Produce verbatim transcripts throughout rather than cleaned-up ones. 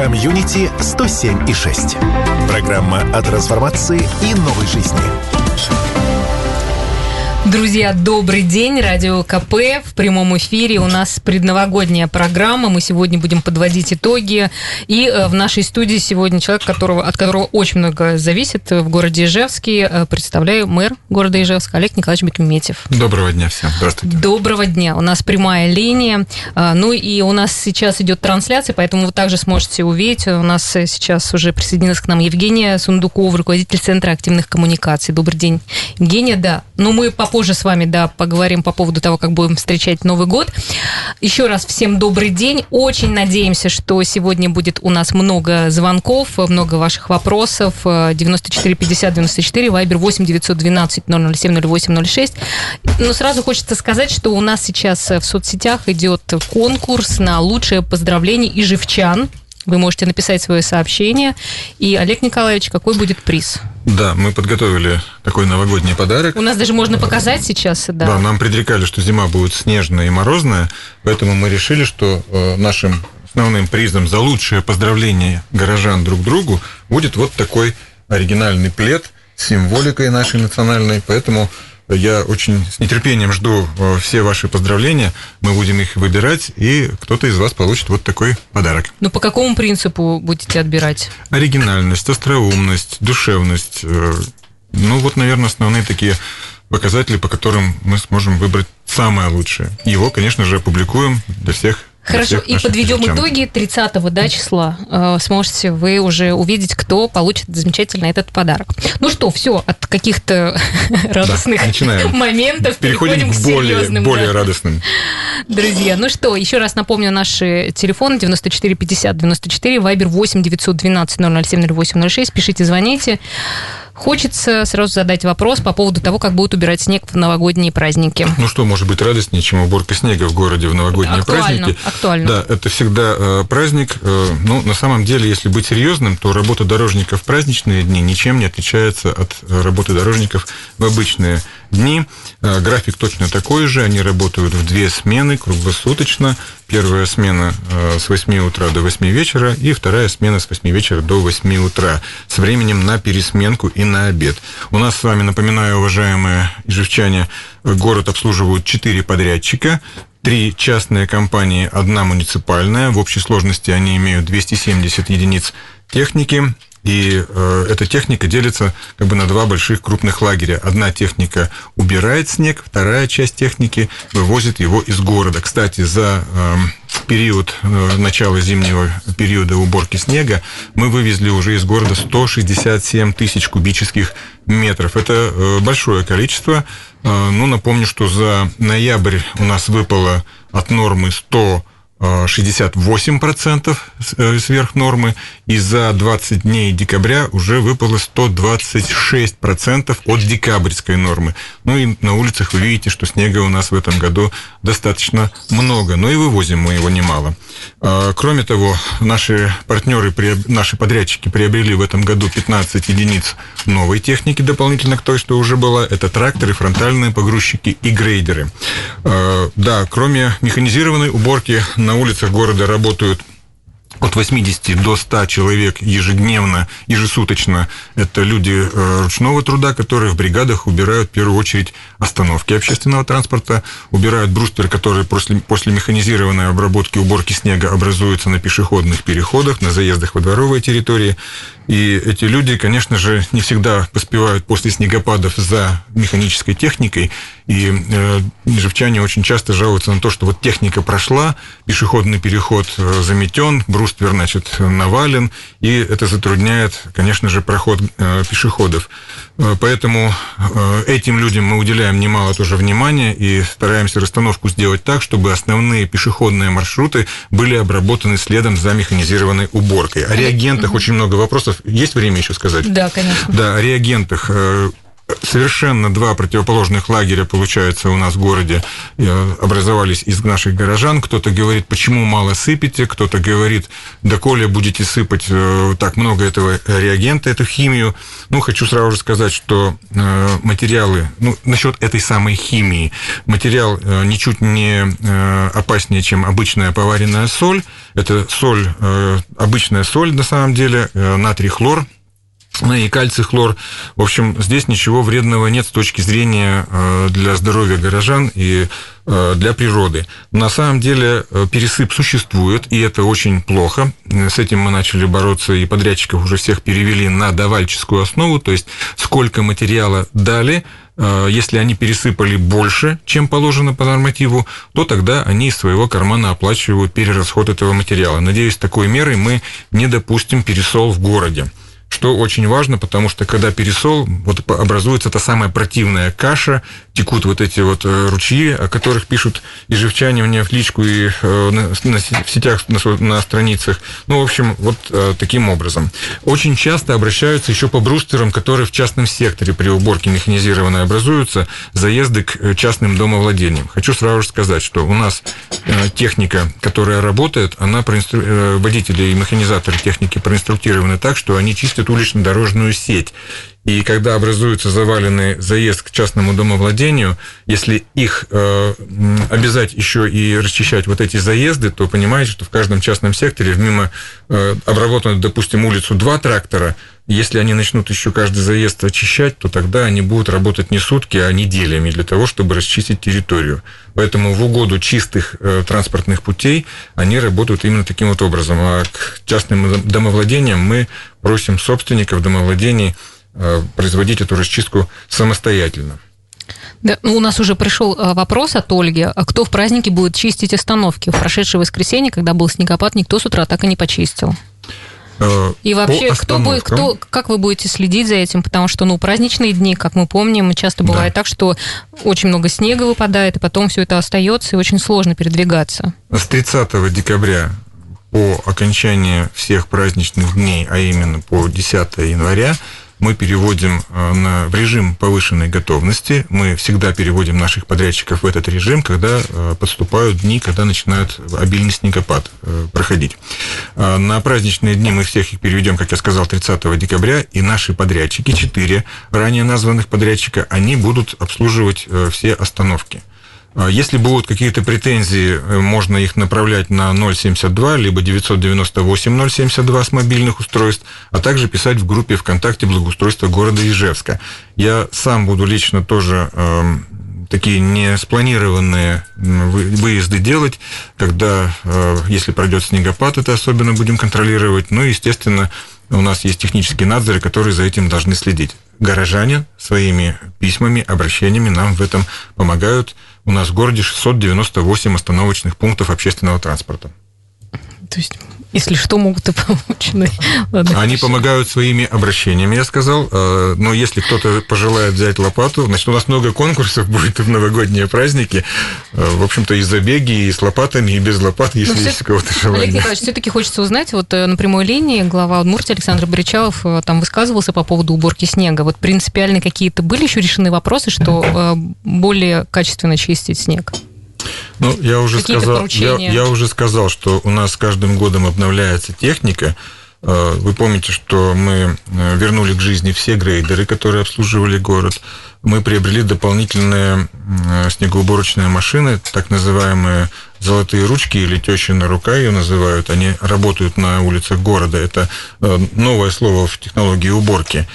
Комьюнити сто семь и шесть. Программа о трансформации и новой жизни. Друзья, добрый день. Радио КП в прямом эфире. У нас предновогодняя программа. Мы сегодня будем подводить итоги. И в нашей студии сегодня человек, которого, от которого очень много зависит в городе Ижевске. Представляю мэр города Ижевска Олег Николаевич Бекметьев. Доброго дня всем. Здравствуйте. Доброго дня. У нас прямая линия. Ну и у нас сейчас идет трансляция, поэтому вы также сможете увидеть. У нас сейчас уже присоединилась к нам Евгения Сундукова, руководитель Центра активных коммуникаций. Добрый день, Евгения. Да, но мы по Позже с вами, да, поговорим по поводу того, как будем встречать Новый год. Еще раз всем добрый день. Очень надеемся, что сегодня будет у нас много звонков, много ваших вопросов. девяносто четыре пятьдесят девяносто четыре, вайбер восемь девятьсот двенадцать ноль ноль семь ноль восемь ноль шесть. Но сразу хочется сказать, что у нас сейчас в соцсетях идет конкурс на лучшее поздравление ижевчан. Вы можете написать свое сообщение. И, Олег Николаевич, какой будет приз? Да, мы подготовили такой новогодний подарок. У нас даже можно показать сейчас, да. Да, нам предрекали, что зима будет снежная и морозная, поэтому мы решили, что нашим основным призом за лучшее поздравление горожан друг другу будет вот такой оригинальный плед с символикой нашей национальной, поэтому я очень с нетерпением жду все ваши поздравления. Мы будем их выбирать, и кто-то из вас получит вот такой подарок. Ну, по какому принципу будете отбирать? Оригинальность, остроумность, душевность. Ну, вот, наверное, основные такие показатели, по которым мы сможем выбрать самое лучшее. Его, конечно же, опубликуем для всех. Хорошо, и подведем ижевчан. Итоги тридцатого да, числа. Э, сможете вы уже увидеть, кто получит замечательно этот подарок. Ну что, все, от каких-то радостных да, моментов переходим, переходим к более, серьезным. Более да. радостным. Друзья, ну что, еще раз напомню наши телефоны девяносто четыре пятьдесят девяносто четыре, вайбер восемь девятьсот двенадцать ноль ноль семь ноль восемь ноль шесть. Пишите, звоните. Хочется сразу задать вопрос по поводу того, как будут убирать снег в новогодние праздники. Ну что может быть радостнее, чем уборка снега в городе в новогодние актуально, праздники? Актуально. Да, это всегда э, праздник. Э, ну, на самом деле, если быть серьезным, то работа дорожников в праздничные дни ничем не отличается от работы дорожников в обычные дни. Э, график точно такой же. Они работают в две смены круглосуточно. Первая смена э, с восьми утра до восьми вечера, и вторая смена с восьми вечера до восьми утра, с временем на пересменку и на обед. У нас с вами, напоминаю, уважаемые ижевчане, город обслуживают четыре подрядчика, три частные компании, одна муниципальная. В общей сложности они имеют двести семьдесят единиц техники. И э, эта техника делится как бы на два больших крупных лагеря. Одна техника убирает снег, вторая часть техники вывозит его из города. Кстати, за э, период э, начала зимнего периода уборки снега мы вывезли уже из города сто шестьдесят семь тысяч кубических метров. Это э, большое количество. Э, ну, напомню, что за ноябрь у нас выпало от нормы сто шестьдесят восемь процентов сверх нормы, и за двадцать дней декабря уже выпало сто двадцать шесть процентов от декабрьской нормы. Ну и на улицах вы видите, что снега у нас в этом году достаточно много, но и вывозим мы его немало. Кроме того, наши партнеры, наши подрядчики приобрели в этом году пятнадцать единиц новой техники дополнительно к той, что уже была. Это тракторы, фронтальные погрузчики и грейдеры. Да, кроме механизированной уборки, на улицах города работают от восьмидесяти до ста человек ежедневно, ежесуточно. Это люди ручного труда, которые в бригадах убирают в первую очередь остановки общественного транспорта, убирают бруствер, который после, после механизированной обработки, уборки снега образуется на пешеходных переходах, на заездах во дворовые территории. И эти люди, конечно же, не всегда поспевают после снегопадов за механической техникой, и э, ижевчане очень часто жалуются на то, что вот техника прошла, пешеходный переход заметен, бруствер, значит, навален, и это затрудняет, конечно же, проход э, пешеходов. Поэтому э, этим людям мы уделяем немало тоже внимания и стараемся расстановку сделать так, чтобы основные пешеходные маршруты были обработаны следом за механизированной уборкой. О реагентах mm-hmm. очень много вопросов. Есть время еще сказать? Да, конечно. Да, о реагентах. совершенно два противоположных лагеря, получается, у нас в городе образовались из наших горожан. Кто-то говорит, почему мало сыпете, кто-то говорит, да коли будете сыпать так много этого реагента, эту химию. Ну, хочу сразу же сказать, что материалы, ну, насчет этой самой химии, материал ничуть не опаснее, чем обычная поваренная соль. Это соль, обычная соль, на самом деле, натрий хлор, и кальций хлор. В общем, здесь ничего вредного нет с точки зрения для здоровья горожан и для природы. На самом деле пересып существует, и это очень плохо. С этим мы начали бороться, и подрядчиков уже всех перевели на давальческую основу, то есть сколько материала дали, если они пересыпали больше, чем положено по нормативу, то тогда они из своего кармана оплачивают перерасход этого материала. Надеюсь, такой мерой мы не допустим пересол в городе. Что очень важно, потому что когда пересол, вот образуется та самая противная каша, текут вот эти вот ручьи, о которых пишут и живчане мне в личку, и в сетях, на страницах. Ну, в общем, вот таким образом. Очень часто обращаются еще по брустерам, которые в частном секторе при уборке механизированной образуются, заезды к частным домовладениям. Хочу сразу же сказать, что у нас техника, которая работает, она проинстру... водители и механизаторы техники проинструктированы так, что они чистят улично-дорожную сеть. И когда образуется заваленный заезд к частному домовладению, если их э, обязать еще и расчищать вот эти заезды, то понимаете, что в каждом частном секторе мимо э, обработанную, допустим, улицу два трактора, если они начнут еще каждый заезд очищать, то тогда они будут работать не сутки, а неделями для того, чтобы расчистить территорию. Поэтому в угоду чистых э, транспортных путей они работают именно таким вот образом. А к частным домовладениям мы просим собственников домовладений производить эту расчистку самостоятельно. Да, ну, у нас уже пришел вопрос от Ольги. Кто в празднике будет чистить остановки? В прошедшее воскресенье, когда был снегопад, никто с утра так и не почистил. И вообще, кто будет, кто, как вы будете следить за этим? Потому что, ну, праздничные дни, как мы помним, часто бывает да. так, что очень много снега выпадает, и потом все это остается, и очень сложно передвигаться. С тридцатого декабря по окончании всех праздничных дней, а именно по десятого января, мы переводим на, в режим повышенной готовности. Мы всегда переводим наших подрядчиков в этот режим, когда подступают дни, когда начинают обильный снегопад проходить. На праздничные дни мы всех их переведем, как я сказал, тридцатого декабря, и наши подрядчики, четыре ранее названных подрядчика, они будут обслуживать все остановки. Если будут какие-то претензии, можно их направлять на ноль семьдесят два, либо девятьсот девяносто восемь ноль семьдесят два с мобильных устройств, а также писать в группе ВКонтакте «Благоустройство города Ижевска». Я сам буду лично тоже э, такие неспланированные выезды делать, когда, э, если пройдет снегопад, это особенно будем контролировать. Ну и, естественно, у нас есть технические надзоры, которые за этим должны следить. Горожане своими письмами, обращениями нам в этом помогают. У нас в городе шестьсот девяносто восемь остановочных пунктов общественного транспорта. То есть, если что, могут и помочь. Ладно, Они хорошо. Помогают своими обращениями, я сказал. Но если кто-то пожелает взять лопату, значит, у нас много конкурсов будет в новогодние праздники. В общем-то, и забеги, и с лопатами, и без лопат, если есть у кого-то желание. Олег Николаевич, все-таки хочется узнать, вот на прямой линии глава Удмуртии Александр Боричалов там высказывался по поводу уборки снега. Вот принципиально какие-то были еще решены вопросы, что более качественно чистить снег? Ну, я уже, сказал, я, я уже сказал, что у нас с каждым годом обновляется техника. Вы помните, что мы вернули к жизни все грейдеры, которые обслуживали город. Мы приобрели дополнительные снегоуборочные машины, так называемые золотые ручки или тещина рука ее называют. Они работают на улицах города. Это новое слово в технологии уборки.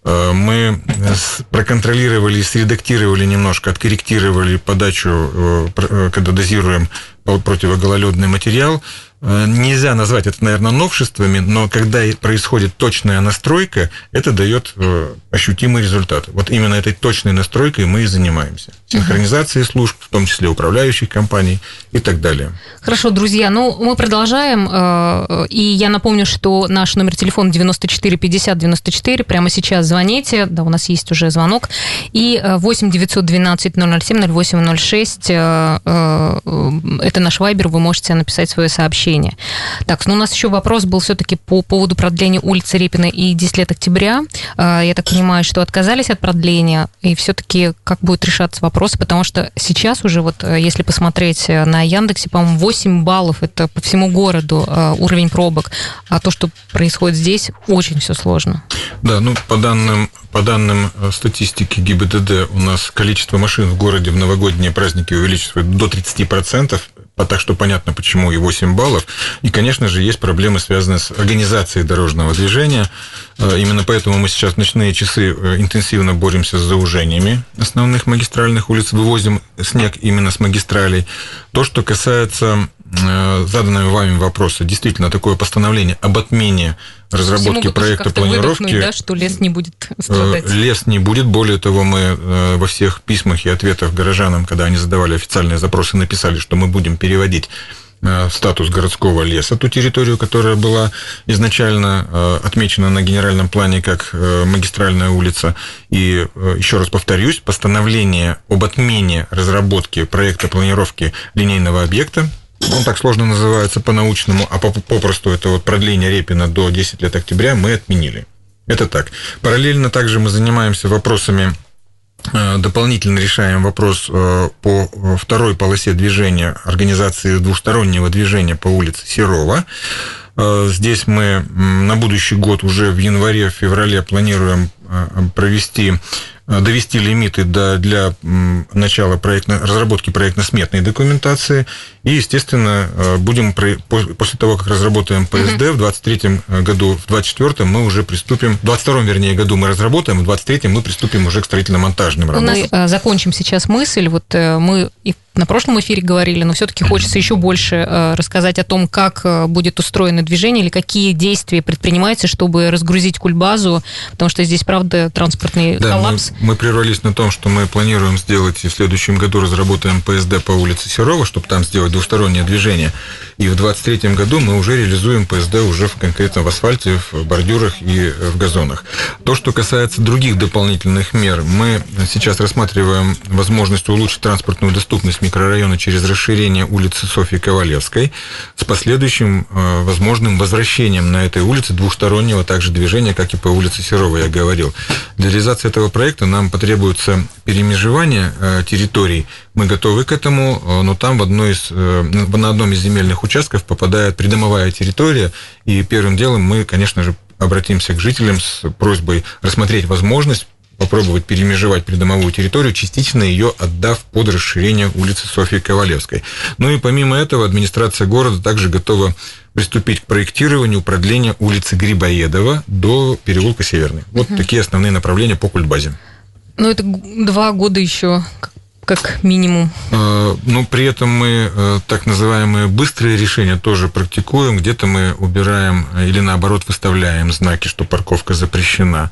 Мы проконтролировали, средактировали немножко, откорректировали подачу, когда дозируем противогололедный материал. Нельзя назвать это, наверное, новшествами, но когда происходит точная настройка, это дает ощутимый результат. Вот именно этой точной настройкой мы и занимаемся. Синхронизацией служб, в том числе управляющих компаний и так далее. Хорошо, друзья, ну мы продолжаем. И я напомню, что наш номер телефона девяносто четыре пятьдесят девяносто четыре. Прямо сейчас звоните. Да, у нас есть уже звонок. И восемь девятьсот двенадцать ноль ноль семь ноль восемь ноль шесть. Это это наш Вайбер, вы можете написать свое сообщение. Так, ну у нас еще вопрос был все-таки по поводу продления улицы Репина и десять лет октября. Я так понимаю, что отказались от продления, и все-таки как будет решаться вопрос, потому что сейчас уже, вот если посмотреть на Яндексе, по-моему, восемь баллов, это по всему городу уровень пробок, а то, что происходит здесь, очень все сложно. Да, ну по данным, по данным статистики ГИБДД, у нас количество машин в городе в новогодние праздники увеличивается до тридцать процентов, так что понятно, почему и восемь баллов. И, конечно же, есть проблемы, связанные с организацией дорожного движения. Именно поэтому мы сейчас в ночные часы интенсивно боремся с заужениями основных магистральных улиц, вывозим снег именно с магистралей. То, что касается заданного вами вопроса, действительно, такое постановление об отмене разработки проекта планировки, да, что лес не будет страдать. Лес не будет. Более того, мы во всех письмах и ответах горожанам, когда они задавали официальные запросы, написали, что мы будем переводить в статус городского леса ту территорию, которая была изначально отмечена на генеральном плане как магистральная улица. И еще раз повторюсь, постановление об отмене разработки проекта планировки линейного объекта, он так сложно называется по-научному, а попросту это вот продление Репина до десяти лет октября, мы отменили. Это так. Параллельно также мы занимаемся вопросами, дополнительно решаем вопрос по второй полосе движения, организации двустороннего движения по улице Серова. Здесь мы на будущий год уже в январе-феврале планируем провести, довести лимиты до, для начала проектно, разработки проектно-сметной документации. И, естественно, будем после того, как разработаем ПСД, в двадцать третьем году, в двадцать четвёртом мы уже приступим, в двадцать втором, вернее, году мы разработаем, в двадцать третьем мы приступим уже к строительно-монтажным работам. Мы закончим сейчас мысль. Вот мы и на прошлом эфире говорили, но все-таки хочется еще больше рассказать о том, как будет устроено движение или какие действия предпринимаются, чтобы разгрузить Кульбазу, потому что здесь, правда, транспортный да, коллапс. Мы, мы прервались на том, что мы планируем сделать и в следующем году разработаем ПСД по улице Серова, чтобы там сделать двустороннее движение. И в двадцать третьем году мы уже реализуем ПСД уже в, конкретно в асфальте, в бордюрах и в газонах. То, что касается других дополнительных мер, мы сейчас рассматриваем возможность улучшить транспортную доступность микрорайона через расширение улицы Софьи Ковалевской с последующим э, возможным возвращением на этой улице двухстороннего также движения, как и по улице Серова, я говорил. Для реализации этого проекта нам потребуется перемежевание э, территорий. Мы готовы к этому, э, но там в одной из, э, на одном из земельных участков попадает придомовая территория, и первым делом мы, конечно же, обратимся к жителям с просьбой рассмотреть возможность попробовать перемежевать придомовую территорию, частично ее отдав под расширение улицы Софьи Ковалевской. Ну и помимо этого администрация города также готова приступить к проектированию продления улицы Грибоедова до переулка Северный. Вот угу. такие основные направления по Кульбазе. Ну это два года еще как минимум. Но при этом мы так называемые быстрые решения тоже практикуем. Где-то мы убираем или наоборот выставляем знаки, что парковка запрещена.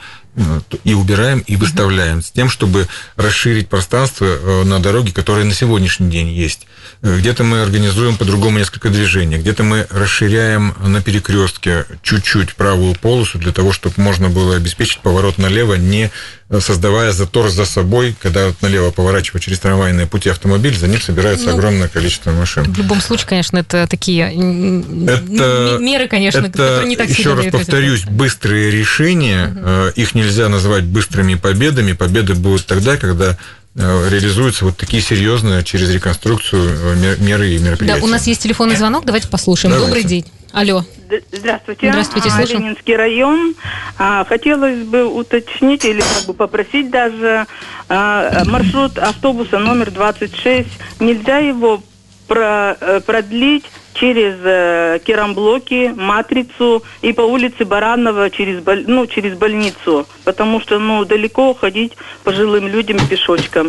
И убираем, и выставляем, с тем, чтобы расширить пространство на дороге, которое на сегодняшний день есть. Где-то мы организуем по-другому несколько движений, где-то мы расширяем на перекрестке чуть-чуть правую полосу для того, чтобы можно было обеспечить поворот налево, не создавая затор за собой, когда налево поворачивая через трамвайные пути автомобиль, за ним собирается ну, огромное количество машин. В любом случае, конечно, это такие это, меры, конечно, это, которые не так сильно. Еще раз повторюсь, быстрые решения, угу. их нельзя назвать быстрыми победами. Победы будут тогда, когда реализуются вот такие серьезные через реконструкцию меры и мероприятия. Да, у нас есть телефонный звонок, давайте послушаем. Давайте. Добрый день. Алло. Здравствуйте. Здравствуйте, слушаю. Ленинский район. Хотелось бы уточнить или как бы попросить даже маршрут автобуса номер двадцать шесть. Нельзя его продлить через Керамблоки, Матрицу и по улице Баранова через, ну, через больницу, потому что ну, далеко ходить пожилым людям пешочком.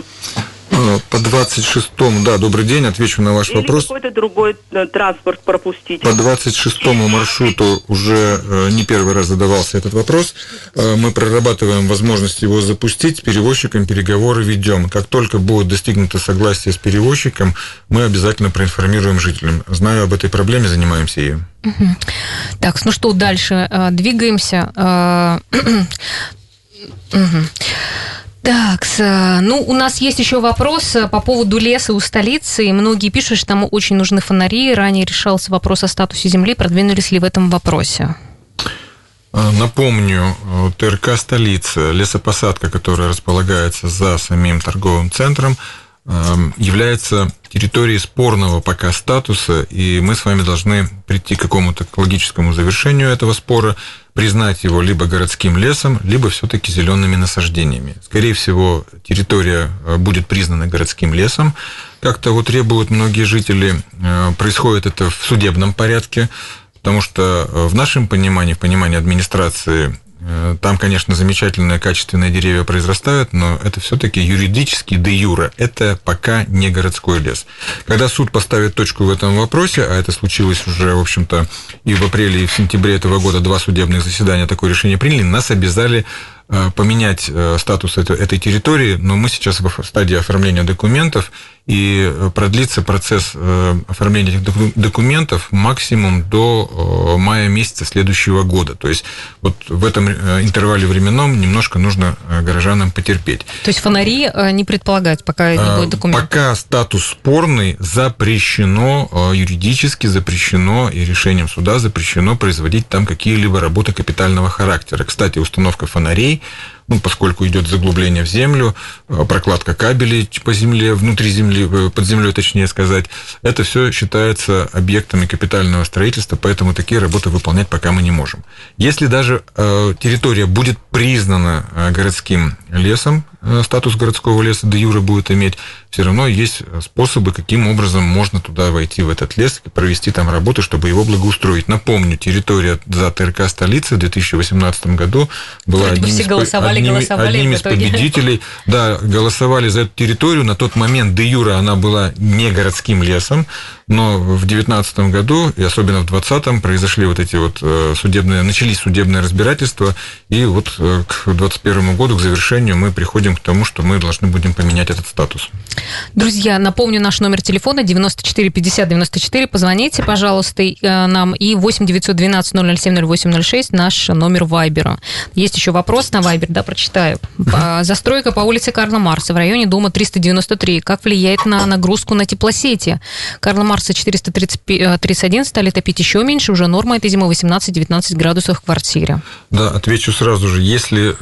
По двадцать шестому, да, добрый день, отвечу на ваш Или вопрос. какой-то другой транспорт пропустить. По двадцать шестому маршруту уже не первый раз задавался этот вопрос. Мы прорабатываем возможность его запустить, с перевозчиком переговоры ведем. Как только будет достигнуто согласие с перевозчиком, мы обязательно проинформируем жителям. Знаю об этой проблеме, занимаемся ею. Угу. Так, ну что, дальше двигаемся. Угу. Так, ну, у нас есть еще вопрос по поводу леса у столицы. Многие пишут, что там очень нужны фонари. Ранее решался вопрос о статусе земли. Продвинулись ли в этом вопросе? Напомню, ТРК «Столица», лесопосадка, которая располагается за самим торговым центром, является территорией спорного пока статуса, и мы с вами должны прийти к какому-то логическому завершению этого спора, признать его либо городским лесом, либо все-таки зелеными насаждениями. Скорее всего, территория будет признана городским лесом, как того требуют многие жители. Происходит это в судебном порядке, потому что в нашем понимании, в понимании администрации, там, конечно, замечательные качественные деревья произрастают, но это все-таки юридически де юре, это пока не городской лес. Когда суд поставит точку в этом вопросе, а это случилось уже, в общем-то, и в апреле, и в сентябре этого года два судебных заседания такое решение приняли, нас обязали поменять статус этой территории, но мы сейчас в стадии оформления документов, и продлится процесс оформления этих документов максимум до мая месяца следующего года. То есть вот в этом интервале временном немножко нужно горожанам потерпеть. То есть фонари не предполагать, пока не будет документов? Пока статус спорный, запрещено, юридически запрещено, и решением суда запрещено производить там какие-либо работы капитального характера. Кстати, установка фонарей, ну, поскольку идет заглубление в землю, прокладка кабелей по земле, внутри земли, под землей, точнее сказать, это все считается объектами капитального строительства, поэтому такие работы выполнять пока мы не можем. Если даже территория будет признана городским лесом, статус городского леса де юре будет иметь, все равно есть способы, каким образом можно туда войти, в этот лес, и провести там работы, чтобы его благоустроить. Напомню, территория за ТРК «Столица» в две тысячи восемнадцатом году была одним из, голосовали, одним, голосовали одним из победителей. Да, голосовали за эту территорию. На тот момент де юре она была не городским лесом, но в две тысячи девятнадцатом году, и особенно в две тысячи двадцатом, произошли вот эти вот судебные, начались судебные разбирательства, и вот к двадцать первому году, к завершению, мы приходим к тому, что мы должны будем поменять этот статус. Друзья, напомню, наш номер телефона девяносто четыре пятьдесят девяносто четыре. Позвоните, пожалуйста, нам. И восемь девятьсот двенадцать ноль ноль семь ноль восемь ноль шесть наш номер Вайбера. Есть еще вопрос на Вайбер, да, прочитаю. Застройка по улице Карла Маркса в районе дома триста девяносто три. Как влияет на нагрузку на теплосети? Карла Маркса четыреста тридцать один, стали топить еще меньше. Уже норма этой зимы восемнадцать-девятнадцать градусов в квартире. Да, отвечу сразу же. Если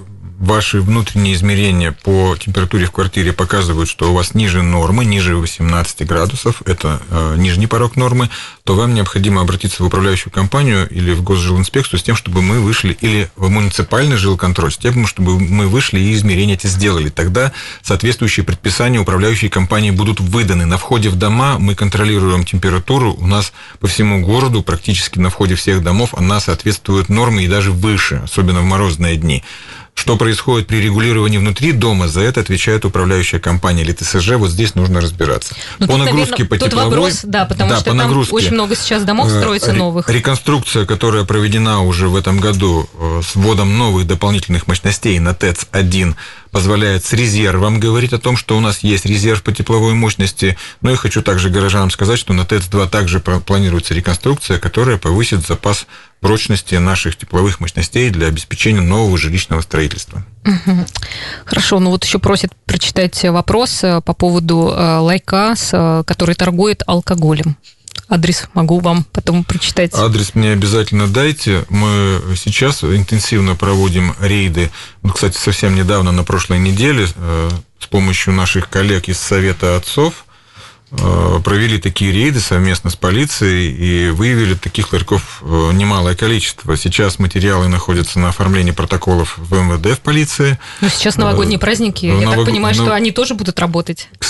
ваши внутренние измерения по температуре в квартире показывают, что у вас ниже нормы, ниже восемнадцати градусов, это э, нижний порог нормы, то вам необходимо обратиться в управляющую компанию или в Госжилинспекцию с тем, чтобы мы вышли, или в муниципальный жилконтроль, с тем, чтобы мы вышли и измерения эти сделали. Тогда соответствующие предписания управляющей компании будут выданы. На входе в дома мы контролируем температуру. У нас по всему городу, практически на входе всех домов, она соответствует норме и даже выше, особенно в морозные дни. Что происходит при регулировании внутри дома, за это отвечает управляющая компания или ТСЖ. Вот здесь нужно разбираться. Ну, по тут, нагрузке, наверное, по тут тепловой... вопрос, да, потому да, что по там нагрузке, очень много сейчас домов строится новых. Реконструкция, которая проведена уже в этом году с вводом новых дополнительных мощностей на ТЭЦ один, позволяет с резервом говорить о том, что у нас есть резерв по тепловой мощности. Но я хочу также горожанам сказать, что на ТЭЦ два также планируется реконструкция, которая повысит запас прочности наших тепловых мощностей для обеспечения нового жилищного строительства. Угу. Хорошо, ну вот еще просят прочитать вопрос по поводу ларька, который торгует алкоголем. Адрес могу вам потом прочитать. Адрес мне обязательно дайте. Мы сейчас интенсивно проводим рейды. Вот, кстати, совсем недавно, на прошлой неделе, с помощью наших коллег из Совета отцов, провели такие рейды совместно с полицией и выявили таких ларьков немалое количество. Сейчас материалы находятся на оформлении протоколов в эм вэ дэ, в полиции. Но сейчас новогодние праздники. Я Новог... так понимаю, что Но... они тоже будут работать. К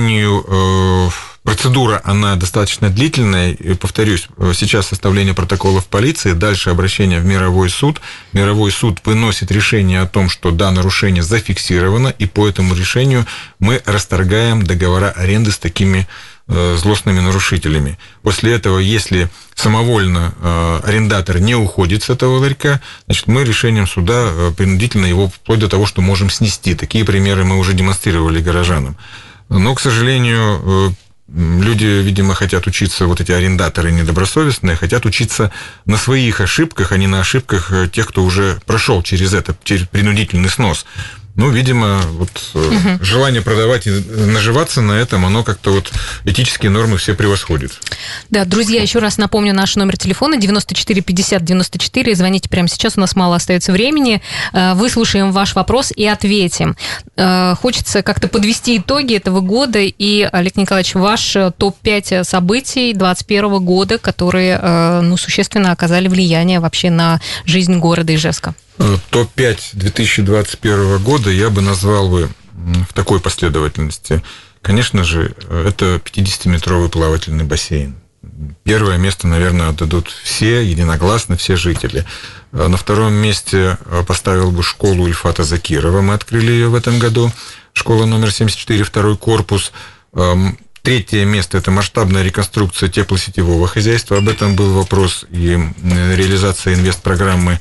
сожалению, процедура, она достаточно длительная. И, повторюсь, сейчас составление протоколов полиции, дальше обращение в мировой суд. Мировой суд выносит решение о том, что да, нарушение зафиксировано, и по этому решению мы расторгаем договора аренды с такими э, злостными нарушителями. После этого, если самовольно э, арендатор не уходит с этого ларька, значит, мы решением суда э, принудительно его вплоть до того, что можем снести. Такие примеры мы уже демонстрировали горожанам. Но, к сожалению, э, люди, видимо, хотят учиться, вот эти арендаторы недобросовестные, хотят учиться на своих ошибках, а не на ошибках тех, кто уже прошел через это, через принудительный снос. Ну, видимо, вот угу. желание продавать и наживаться на этом, оно как-то вот этические нормы все превосходит. Да, друзья, еще раз напомню наш номер телефона девяносто четыре пятьдесят девяносто четыре. Звоните прямо сейчас, у нас мало остается времени. Выслушаем ваш вопрос и ответим. Хочется как-то подвести итоги этого года. И, Олег Николаевич, ваш топ пять событий двадцать первого года, которые ну, существенно оказали влияние вообще на жизнь города Ижевска. топ пять две тысячи двадцать первого года я бы назвал бы в такой последовательности. Конечно же, это пятидесятиметровый плавательный бассейн. Первое место, наверное, отдадут все, единогласно все жители. На втором месте поставил бы школу Ильфата Закирова. Мы открыли ее в этом году. Школа номер семьдесят четыре, второй корпус. Третье место – это масштабная реконструкция теплосетевого хозяйства. Об этом был вопрос и реализация инвестпрограммы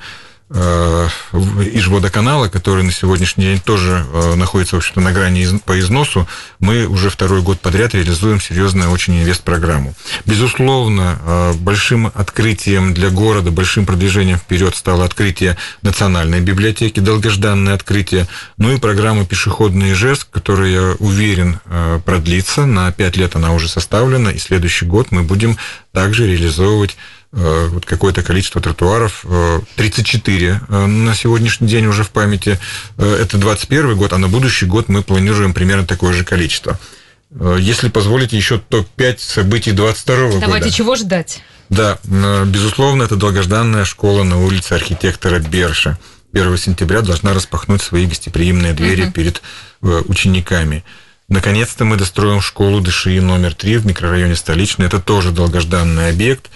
Ижводоканала, который на сегодняшний день тоже находится, в общем-то, на грани по износу. Мы уже второй год подряд реализуем серьезную очень инвестпрограмму. Безусловно, большим открытием для города, большим продвижением вперед стало открытие Национальной библиотеки, долгожданное открытие, ну и программа «Пешеходный Ижевск», которая, я уверен, продлится. На пять лет она уже составлена, и следующий год мы будем также реализовывать вот какое-то количество тротуаров, тридцать четыре на сегодняшний день уже в памяти. Это двадцать первый год, а на будущий год мы планируем примерно такое же количество. Если позволите, еще топ пять событий двадцать второго года. Давайте, чего ждать? Да, безусловно, это долгожданная школа на улице архитектора Берша. первого сентября должна распахнуть свои гостеприимные двери uh-huh. перед учениками. Наконец-то мы достроим школу ДШИ номер три в микрорайоне Столичный. Это тоже долгожданный объект.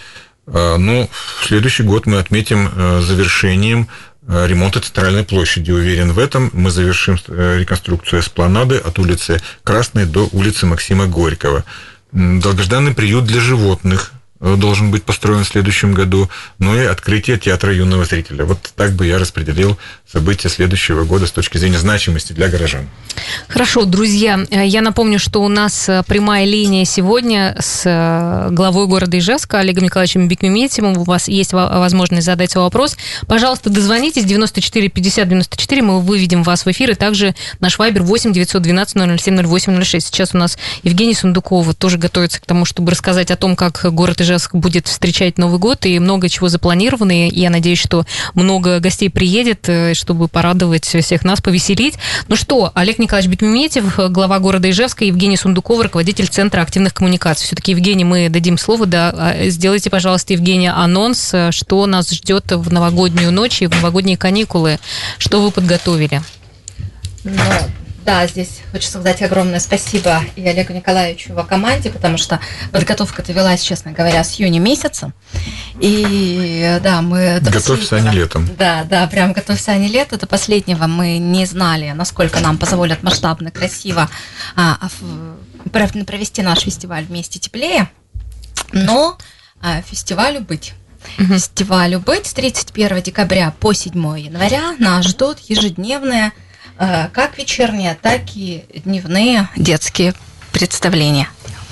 Ну, в следующий год мы отметим завершением ремонта Центральной площади. Уверен в этом. Мы завершим реконструкцию эспланады от улицы Красной до улицы Максима Горького. Долгожданный приют для животных должен быть построен в следующем году, ну и открытие театра юного зрителя. Вот так бы я распределил события следующего года с точки зрения значимости для горожан. Хорошо, друзья, я напомню, что у нас прямая линия сегодня с главой города Ижевска Олегом Николаевичем Бекмеметьевым. У вас есть возможность задать свой вопрос. Пожалуйста, дозвонитесь девяносто четыре пятьдесят девяносто четыре, мы выведем вас в эфир, и также наш вайбер восемь девятьсот двенадцать ноль ноль семь ноль восемь ноль шесть. Сейчас у нас Евгений Сундуков тоже готовится к тому, чтобы рассказать о том, как город Ижевск будет встречать Новый год, и много чего запланировано, и я надеюсь, что много гостей приедет, чтобы порадовать всех нас, повеселить. Ну что, Олег Николаевич Бекмеметьев, глава города Ижевска, Евгений Сундуков, руководитель Центра активных коммуникаций. Все-таки, Евгений, мы дадим слово, да, сделайте, пожалуйста, Евгений, анонс, что нас ждет в новогоднюю ночь и в новогодние каникулы, что вы подготовили? Ну, да, здесь хочется сказать огромное спасибо и Олегу Николаевичу, его команде, потому что подготовка-то велась, честно говоря, с июня месяца. И да, мы... Готовься они летом. Да, да, прям готовься они лето. До последнего мы не знали, насколько нам позволят масштабно, красиво а, провести наш фестиваль «Вместе теплее». Но а, фестивалю быть. Uh-huh. Фестивалю быть с тридцать первого декабря по седьмого января нас ждут ежедневные как вечерние, так и дневные детские представления.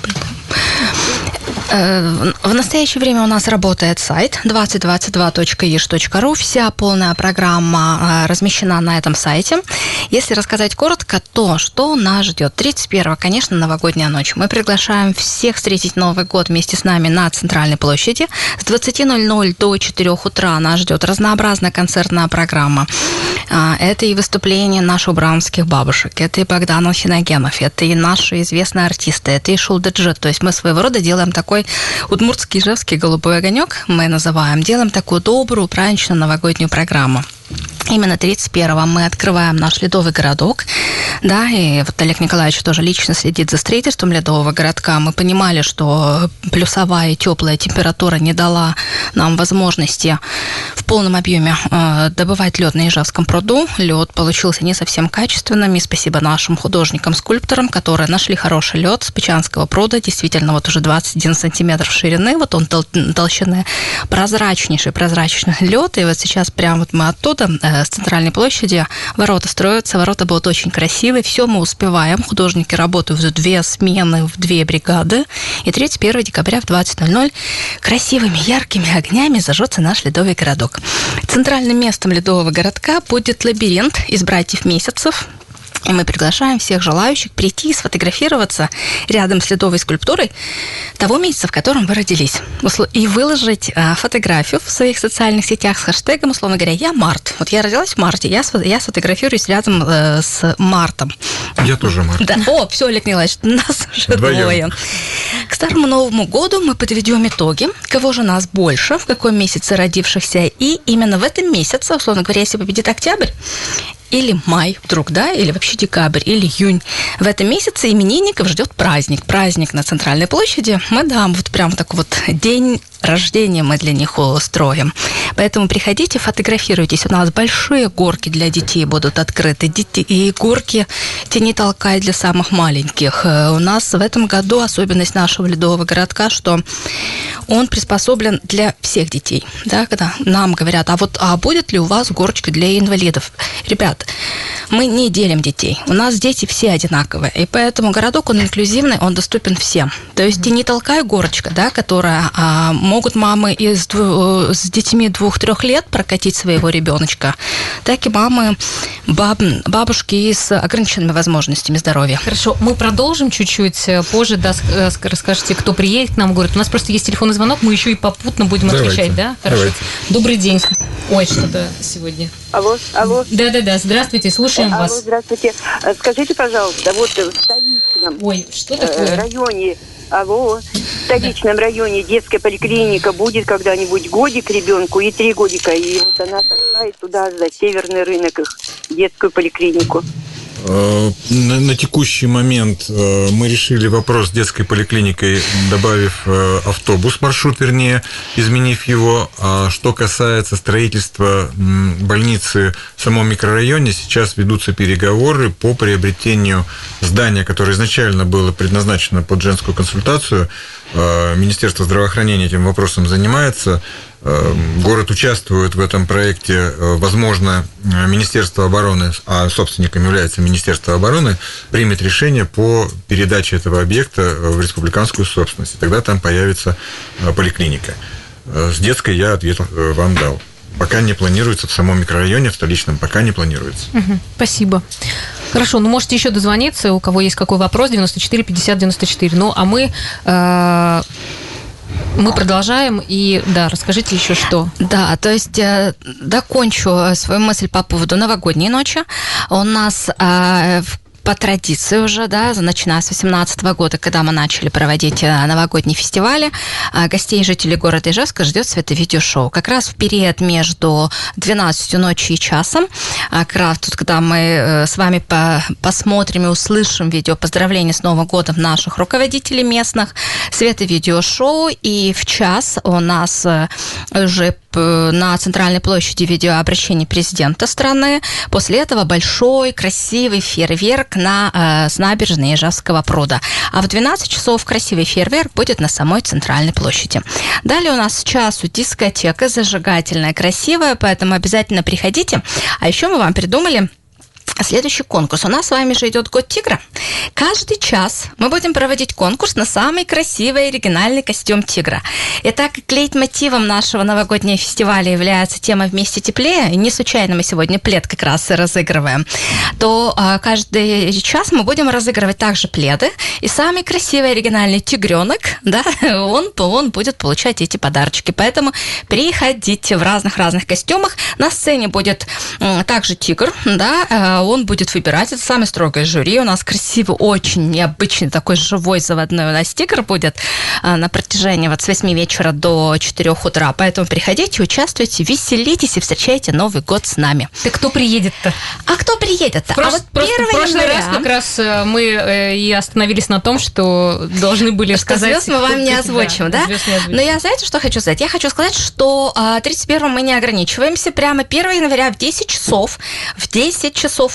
В настоящее время у нас работает сайт двадцать двадцать два точка иж точка ру. Вся полная программа размещена на этом сайте. Если рассказать коротко, то что нас ждет? тридцать первого, конечно, новогодняя ночь. Мы приглашаем всех встретить Новый год вместе с нами на Центральной площади. С двадцати ноль-ноль до четырёх утра нас ждет разнообразная концертная программа. Это и выступления наших браунских бабушек, это и Богдан Хиногенов, это и наши известные артисты, это и Шулдаджет. То есть мы своего рода делаем такой удмуртский, ижевский голубой огонек, мы называем, делаем такую добрую, праздничную новогоднюю программу. Именно тридцать первого мы открываем наш ледовый городок, да, и вот Олег Николаевич тоже лично следит за строительством ледового городка. Мы понимали, что плюсовая и теплая температура не дала нам возможности в полном объеме э, добывать лед на Ижевском пруду. Лед получился не совсем качественным, и спасибо нашим художникам-скульпторам, которые нашли хороший лед с Печанского пруда, действительно вот уже двадцать один сантиметр ширины, вот он тол- толщины, прозрачнейший, прозрачный лед, и вот сейчас прям вот мы оттуда с Центральной площади ворота строятся, ворота будут очень красивые, все мы успеваем, художники работают в две смены, в две бригады, и тридцать первого декабря в двадцать ноль ноль красивыми яркими огнями зажжется наш ледовый городок. праздник. Центральным местом ледового городка будет лабиринт из братьев Месяцев. И мы приглашаем всех желающих прийти и сфотографироваться рядом с ледовой скульптурой того месяца, в котором вы родились. И выложить а, фотографию в своих социальных сетях с хэштегом, условно говоря, «Я Март». Вот я родилась в марте, я, я сфотографируюсь рядом э, с Мартом. Я тоже Март. Да. О, все, Олег Николаевич, нас уже Вдвоем. двое. К Старому Новому году мы подведем итоги, кого же нас больше, в каком месяце родившихся. И именно в этом месяце, условно говоря, если победит октябрь, или май вдруг, да, или вообще декабрь, или июнь. В этом месяце именинников ждет праздник. Праздник на Центральной площади. Мы, да, вот прям такой вот день рождения мы для них устроим. Поэтому приходите, фотографируйтесь. У нас большие горки для детей будут открыты. Дети, и горки тяни толкай для самых маленьких. У нас в этом году особенность нашего ледового городка, что он приспособлен для всех детей. Да, когда нам говорят, а вот а будет ли у вас горочка для инвалидов? Ребят, мы не делим детей. У нас дети все одинаковые. И поэтому городок, он инклюзивный, он доступен всем. То есть и не толкай горочка, да, которая а, могут мамы из, с детьми двух-трех лет прокатить своего ребеночка, так и мамы, баб, бабушки с ограниченными возможностями здоровья. Хорошо, мы продолжим чуть-чуть позже, да, расскажете, кто приедет к нам в город. У нас просто есть телефонный звонок, мы еще и попутно будем Давайте. отвечать, да? Хорошо. Давайте. Добрый день. Ой, что-то сегодня. Алло, алло. Да-да-да, здравствуйте, слушаем алло, вас. Здравствуйте. Скажите, пожалуйста, вот в столичном Ой, что э, такое? районе, алло, в столичном да. районе детская поликлиника будет когда-нибудь годик ребенку и три годика, и вот она таскает туда за северный рынок их, детскую поликлинику. На, на текущий момент мы решили вопрос с детской поликлиникой, добавив автобус, маршрут, вернее, изменив его. А что касается строительства больницы в самом микрорайоне, сейчас ведутся переговоры по приобретению здания, которое изначально было предназначено под женскую консультацию. Министерство здравоохранения этим вопросом занимается. Город участвует в этом проекте. Возможно, Министерство обороны, а собственником является Министерство обороны, примет решение по передаче этого объекта в республиканскую собственность. И тогда там появится поликлиника. С детской я ответ вам дал. Пока не планируется в самом микрорайоне, в столичном, пока не планируется. Угу, спасибо. Хорошо, ну можете еще дозвониться, у кого есть какой вопрос, девяносто четыре пятьдесят девяносто четыре. Ну, а мы... Э- Мы продолжаем, и да, расскажите еще что. Да, то есть э, докончу свою мысль по поводу новогодней ночи. У нас э, в по традиции уже, да, начиная с две тысячи восемнадцатого года, когда мы начали проводить новогодние фестивали, гостей и жителей города Ижевска ждет световидеошоу. Как раз в период между двенадцатью ночи и часом, как раз тут, когда мы с вами по- посмотрим и услышим видео поздравления с Новым годом наших руководителей местных, световидеошоу, и в час у нас уже на центральной площади видеообращение президента страны. После этого большой, красивый фейерверк на, э, с набережной Ижевского пруда. А в двенадцать часов красивый фейерверк будет на самой центральной площади. Далее у нас с часу дискотека зажигательная, красивая, поэтому обязательно приходите. А еще мы вам придумали следующий конкурс. У нас с вами же идет Год Тигра. Каждый час мы будем проводить конкурс на самый красивый оригинальный костюм тигра. И так как лейтмотивом нашего новогоднего фестиваля является тема «Вместе теплее», и не случайно мы сегодня плед как раз и разыгрываем, то а, каждый час мы будем разыгрывать также пледы. И самый красивый оригинальный тигренок, да, он, он будет получать эти подарочки. Поэтому приходите в разных-разных костюмах. На сцене будет м, также тигр, да, он будет выбирать. Это самое строгое жюри. У нас красивый, очень необычный такой живой заводной у нас тигр будет а, на протяжении вот с восьми вечера до четырёх утра. Поэтому приходите, участвуйте, веселитесь и встречайте Новый год с нами. Так кто приедет-то? А кто приедет-то? Просто, а вот просто в прошлый января... раз как раз мы и остановились на том, что должны были что сказать... Звезд мы вам не озвучим, да? да? Не озвучим. Но я, знаете, что хочу сказать? Я хочу сказать, что тридцать первого мы не ограничиваемся. Прямо первого января в десять часов, в десять часов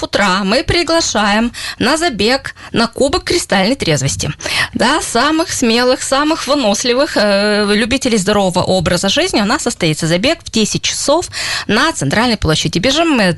утра мы приглашаем на забег на Кубок кристальной трезвости. Да, самых смелых, самых выносливых э, любителей здорового образа жизни у нас состоится забег в десять часов на Центральной площади. Бежим мы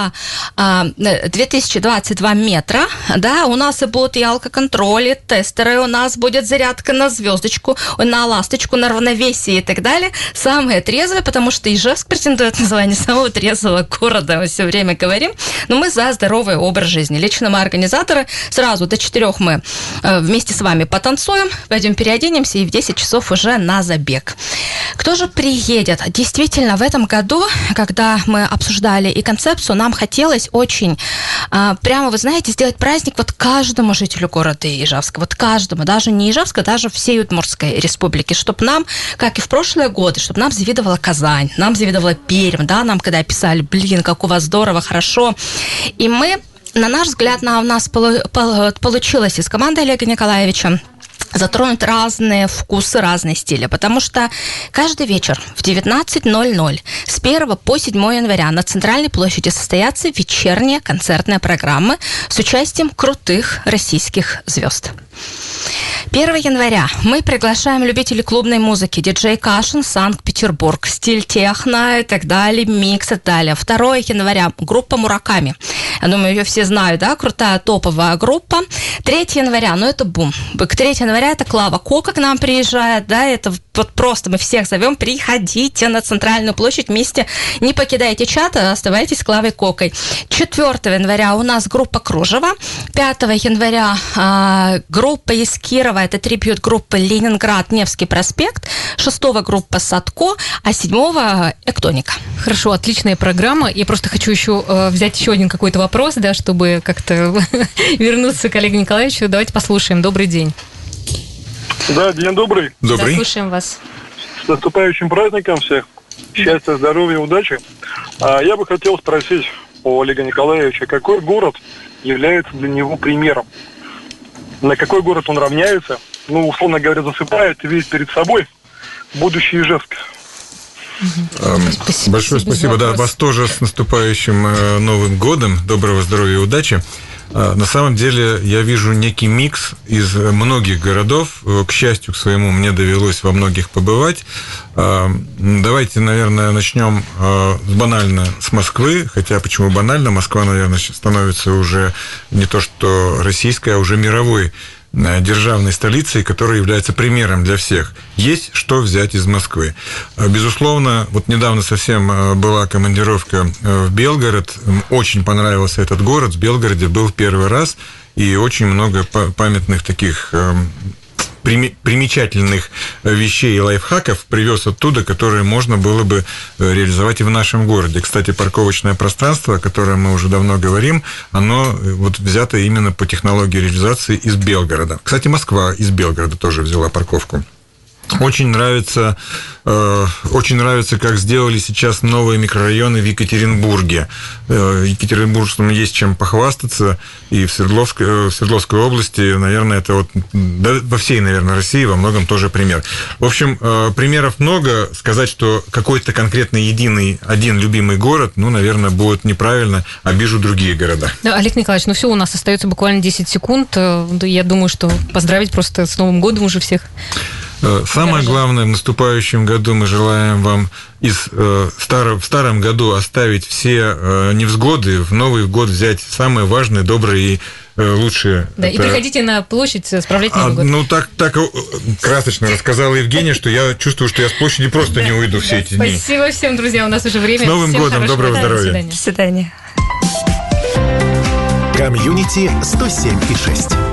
две тысячи двадцать два метра, да, у нас и будут и алкоконтроль, и тестеры, у нас будет зарядка на звездочку, на ласточку, на равновесие и так далее. Самые трезвые, потому что Ижевск претендует на звание самого трезвого города, мы все время говорим, но мы за здоровый образ жизни. Лично мы организаторы, сразу до четырех мы вместе с вами потанцуем, пойдем переоденемся и в десять часов уже на забег. Кто же приедет? Действительно, в этом году, когда мы обсуждали и концепцию, нам хотелось очень прямо, вы знаете, сделать праздник вот каждому жителю города Ижевска, вот каждому, даже не Ижевска, даже всей Удмуртской республики, чтобы нам, как и в прошлые годы, чтобы нам завидовала Казань, нам завидовала Пермь, да, нам когда писали, блин, как у вас здорово, хорошо, и мы, на наш взгляд, на, у нас получилось из команды Олега Николаевича затронуть разные вкусы, разные стили, потому что каждый вечер в девятнадцать ноль ноль с первого по седьмое января на Центральной площади состоятся вечерние концертные программы с участием крутых российских звезд. первого января мы приглашаем любителей клубной музыки, диджей Кашин, Санкт-Петербург, стиль техно и так далее, микс и так далее. второго января группа Мураками. Я думаю, ее все знают, да, крутая топовая группа. третьего января, ну это бум. К третьего января это Клава Кока к нам приезжает, да, это вот просто мы всех зовем, приходите на Центральную площадь вместе, не покидайте чат, а оставайтесь с Клавой Кокой. четвёртого января у нас группа Кружева. пятого января э, группа из Кирова, это трибьют группы Ленинград, Невский проспект. шестого группа Садко, а седьмого Эктоника. Хорошо, отличная программа. Я просто хочу еще э, взять еще один какой-то вопрос, да, чтобы как-то вернуться к Олегу Николаевичу. Давайте послушаем. Добрый день. Да, день добрый. Добрый. Да, слушаем вас. С наступающим праздником всех. Счастья, здоровья, удачи. А я бы хотел спросить у Олега Николаевича, какой город является для него примером? На какой город он равняется? Ну, условно говоря, засыпает и видит перед собой будущий Ижевск. Спасибо, Большое спасибо. Да, вас тоже с наступающим э, Новым годом. Доброго здоровья и удачи. Э, на самом деле я вижу некий микс из многих городов. Э, к счастью, к своему, мне довелось во многих побывать. Э, давайте, наверное, начнем э, банально с Москвы. Хотя, почему банально? Москва, наверное, становится уже не то что российской, а уже мировой державной столицей, которая является примером для всех. Есть что взять из Москвы. Безусловно, вот недавно совсем была командировка в Белгород. Очень понравился этот город. В Белгороде был в первый раз, и очень много памятных таких примечательных вещей и лайфхаков привез оттуда, которые можно было бы реализовать и в нашем городе. Кстати, парковочное пространство, о котором мы уже давно говорим, оно вот взято именно по технологии реализации из Белгорода. Кстати, Москва из Белгорода тоже взяла парковку. Очень нравится, э, очень нравится, как сделали сейчас новые микрорайоны в Екатеринбурге. Э, Екатеринбургцам есть чем похвастаться, и в Свердловской, в Свердловской области, наверное, это вот да, во всей, наверное, России во многом тоже пример. В общем, э, примеров много. Сказать, что какой-то конкретный единый, один любимый город, ну, наверное, будет неправильно, обижу другие города. Да, Олег Николаевич, ну все, у нас остается буквально десять секунд. Я думаю, что поздравить просто с Новым годом уже всех. Самое главное, в наступающем году мы желаем вам из, э, старо, в старом году оставить все э, невзгоды, в Новый год взять самые важные, добрые и э, лучшие. Да, это... и приходите на площадь справлять Новый год. А, ну, так, так красочно рассказала Евгения, что я чувствую, что я с площади просто не уйду все эти дни. Спасибо всем, друзья, у нас уже время. С Новым годом, доброго здоровья. До свидания. До свидания. Комьюнити сто семь и шесть.